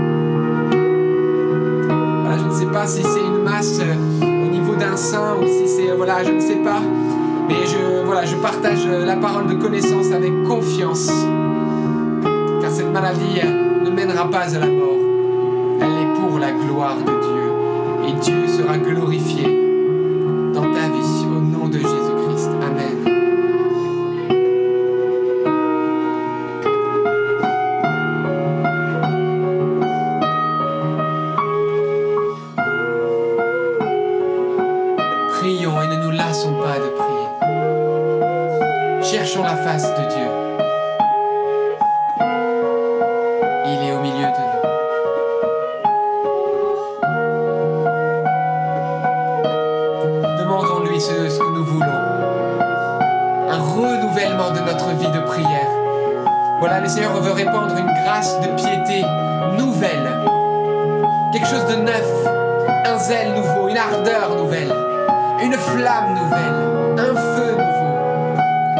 Voilà, je ne sais pas si c'est une masse au niveau d'un sein ou si c'est... Voilà, je ne sais pas. Mais je partage la parole de connaissance avec confiance. Car cette maladie ne mènera pas à la mort. Elle est pour la gloire de Dieu. Et Dieu sera glorifié dans ta vie au nom de Jésus-Christ. Amen. Prions et ne nous lassons pas de prier. Cherchons la face de Dieu. Il est au milieu de nous. Demandons-lui ce que nous voulons. Un renouvellement de notre vie de prière. Voilà, le Seigneur veut répandre une grâce de piété nouvelle. Quelque chose de neuf. Un zèle nouveau, une ardeur nouvelle. Une flamme nouvelle, un feu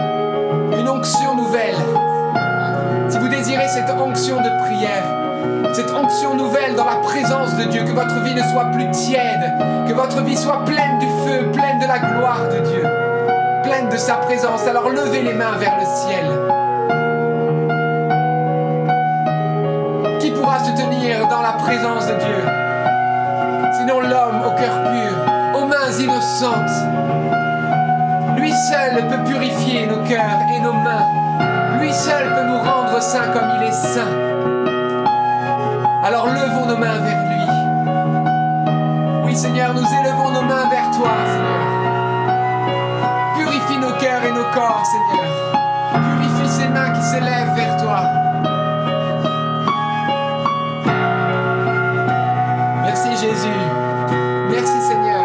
nouveau, une onction nouvelle. Si vous désirez cette onction de prière, cette onction nouvelle dans la présence de Dieu, que votre vie ne soit plus tiède, que votre vie soit pleine du feu, pleine de la gloire de Dieu, pleine de sa présence. Alors levez les mains vers le ciel. Qui pourra se tenir dans la présence de Dieu? Sinon l'homme au cœur pur, aux mains innocentes. Lui seul peut purifier nos cœurs et nos mains. Lui seul peut nous rendre saints comme il est saint. Alors levons nos mains vers lui. Oui Seigneur, nous élevons nos mains vers toi, Seigneur. Purifie nos cœurs et nos corps, Seigneur. Purifie ces mains qui s'élèvent vers toi. Merci Jésus. Merci Seigneur.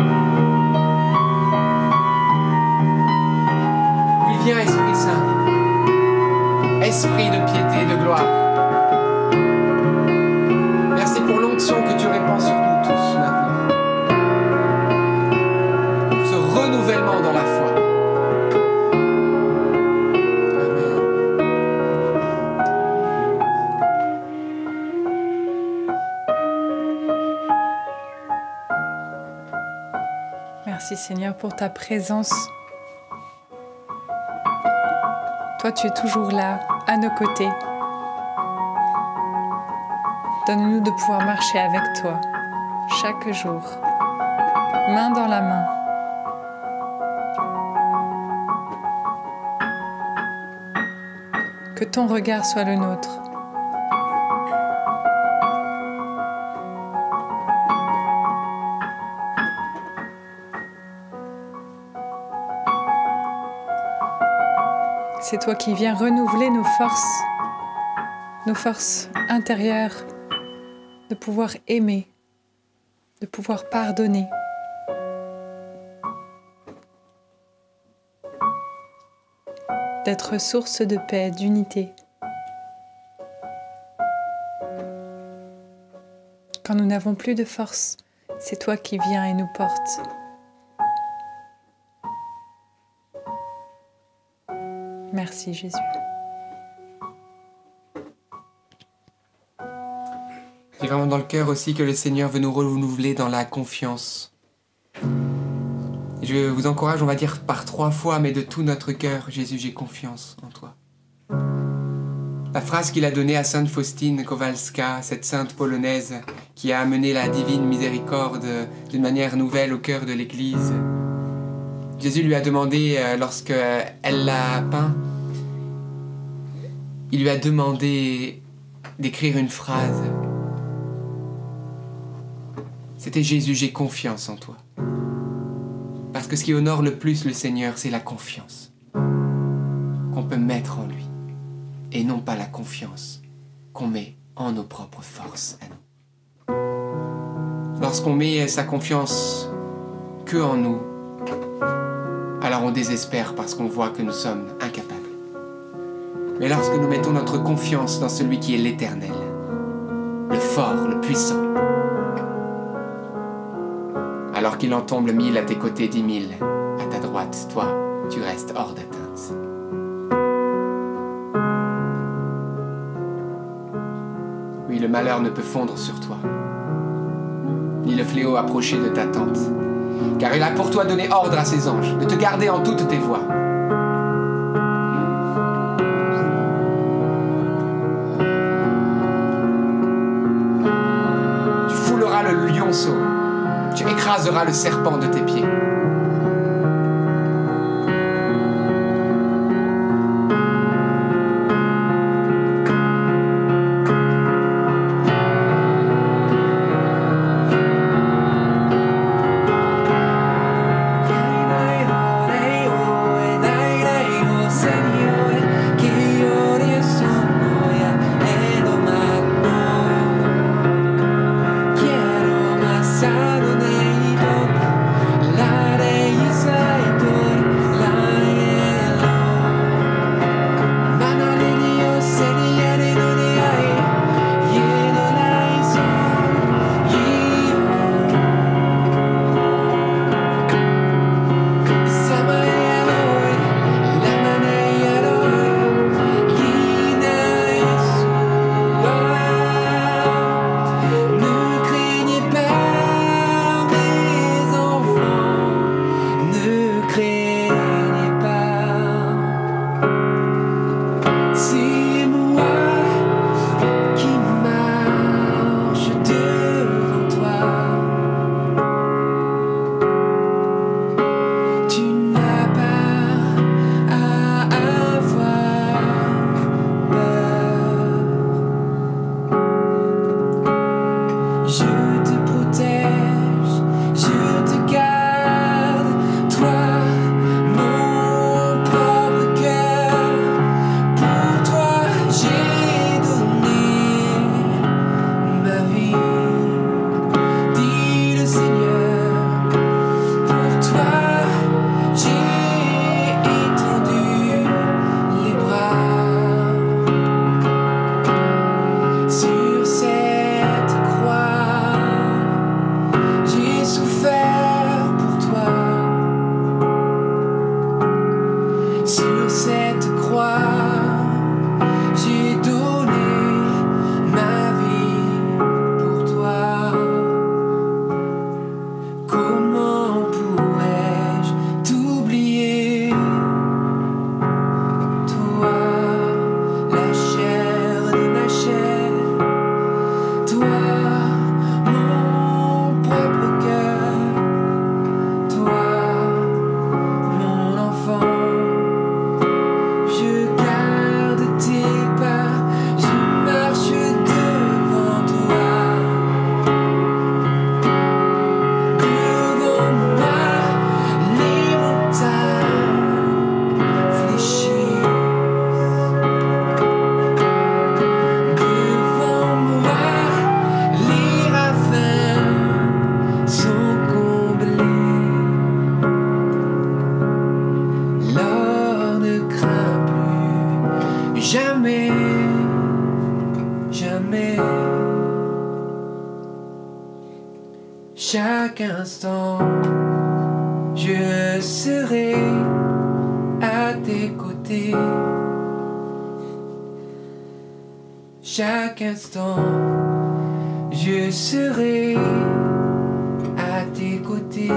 Oui, viens Esprit Saint. Esprit de piété et de gloire. Merci pour l'onction que tu répands sur nous tous maintenant. Pour ce renouvellement dans la foi. Amen. Merci Seigneur pour ta présence. Toi, tu es toujours là, à nos côtés. Donne-nous de pouvoir marcher avec toi, chaque jour, main dans la main. Que ton regard soit le nôtre. C'est toi qui viens renouveler nos forces intérieures, de pouvoir aimer, de pouvoir pardonner. D'être source de paix, d'unité. Quand nous n'avons plus de force, c'est toi qui viens et nous portes. Merci Jésus. J'ai vraiment dans le cœur aussi que le Seigneur veut nous renouveler dans la confiance. Je vous encourage, on va dire par 3 fois, mais de tout notre cœur, Jésus, j'ai confiance en toi. La phrase qu'il a donnée à Sainte Faustine Kowalska, cette sainte polonaise qui a amené la divine miséricorde d'une manière nouvelle au cœur de l'Église. Jésus lui a demandé, lorsqu'elle l'a peint, il lui a demandé d'écrire une phrase. C'était Jésus, j'ai confiance en toi. Parce que ce qui honore le plus le Seigneur, c'est la confiance qu'on peut mettre en lui. Et non pas la confiance qu'on met en nos propres forces à nous. Lorsqu'on met sa confiance que en nous, alors on désespère parce qu'on voit que nous sommes incapables. Mais lorsque nous mettons notre confiance dans celui qui est l'Éternel, le fort, le puissant, alors qu'il en tombe 1000 à tes côtés, 10 000 à ta droite, toi, tu restes hors d'atteinte. Oui, le malheur ne peut fondre sur toi, ni le fléau approcher de ta tente, car il a pour toi donné ordre à ses anges de te garder en toutes tes voies. Tu fouleras le lionceau, tu écraseras le serpent de tes pieds. La instant, je serai à tes côtés. Chaque instant, je serai à tes côtés.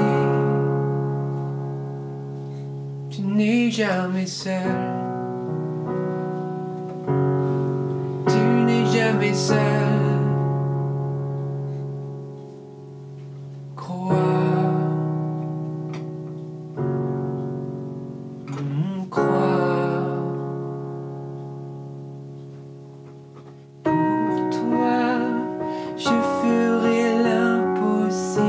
Tu n'es jamais seul. Tu n'es jamais seul. Crois. Crois. Pour toi, je ferai l'impossible.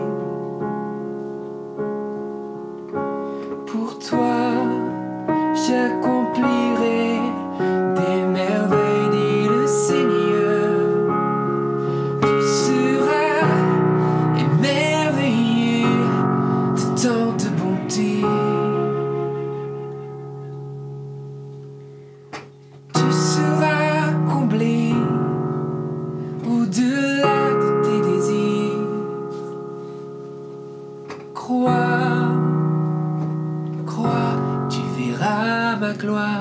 Pour toi, j'accomplirai des merveilles, dit le Seigneur. Tu seras émerveillé de tant de bonté. Tu seras comblé au-delà de tes désirs. Crois, crois, tu verras ma gloire.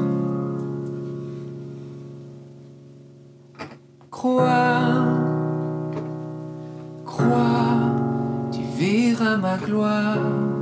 Crois, crois, tu verras ma gloire.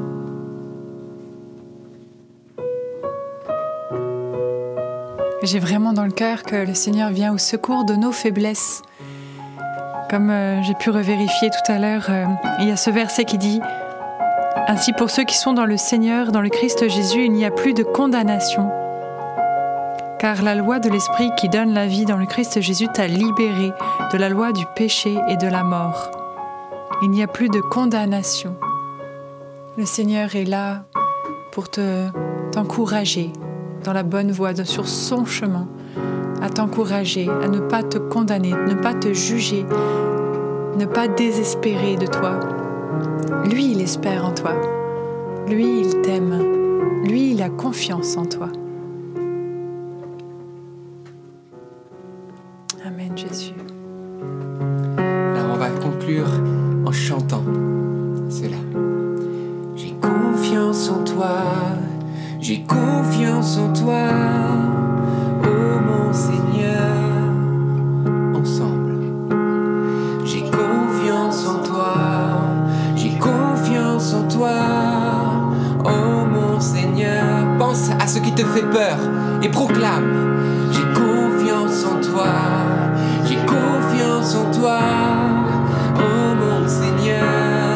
J'ai vraiment dans le cœur que le Seigneur vient au secours de nos faiblesses. Comme j'ai pu revérifier tout à l'heure, il y a ce verset qui dit « Ainsi pour ceux qui sont dans le Seigneur, dans le Christ Jésus, il n'y a plus de condamnation. Car la loi de l'Esprit qui donne la vie dans le Christ Jésus t'a libéré de la loi du péché et de la mort. Il n'y a plus de condamnation. » Le Seigneur est là pour t'encourager dans la bonne voie, sur son chemin, à t'encourager, à ne pas te condamner, ne pas te juger, ne pas désespérer de toi. Lui, il espère en toi. Lui, il t'aime. Lui, il a confiance en toi. Amen, Jésus. Alors on va conclure en chantant cela. J'ai confiance en toi, j'ai confiance en toi, ô mon Seigneur, ensemble. J'ai confiance en toi, j'ai confiance en toi, ô mon Seigneur. Pense à ce qui te fait peur et proclame. J'ai confiance en toi, j'ai confiance en toi, ô mon Seigneur.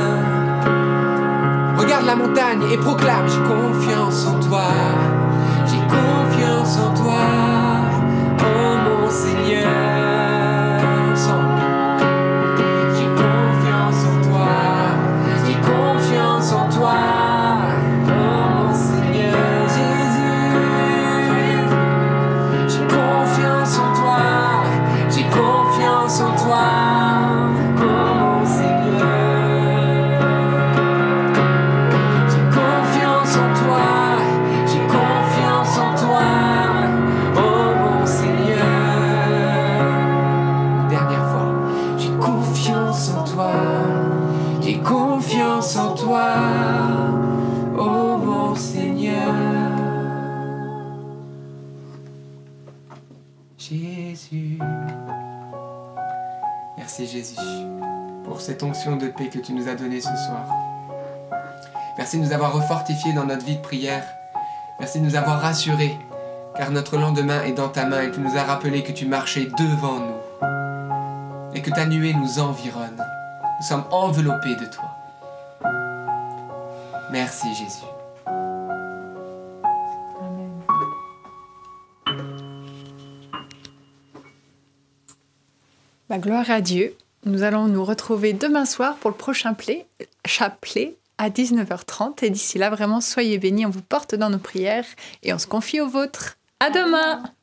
Regarde la montagne et proclame. J'ai confiance en toi, j'ai confiance en toi, ô mon Seigneur. Ensemble. J'ai confiance en toi, j'ai confiance en toi, ô mon Seigneur Jésus. J'ai confiance en toi, j'ai confiance en toi, ô mon Seigneur. J'ai confiance en toi, j'ai confiance en toi, ô mon Seigneur. Dernière fois. J'ai confiance en toi, j'ai confiance en toi, ô mon Seigneur. Jésus. Merci Jésus pour cette onction de paix que tu nous as donnée ce soir. Merci de nous avoir refortifiés dans notre vie de prière. Merci de nous avoir rassurés, car notre lendemain est dans ta main et tu nous as rappelé que tu marchais devant nous et que ta nuée nous environne. Nous sommes enveloppés de toi. Merci Jésus. Gloire à Dieu. Nous allons nous retrouver demain soir pour le prochain chapelet à 19h30. Et d'ici là, vraiment, soyez bénis. On vous porte dans nos prières et on se confie aux vôtres. À demain!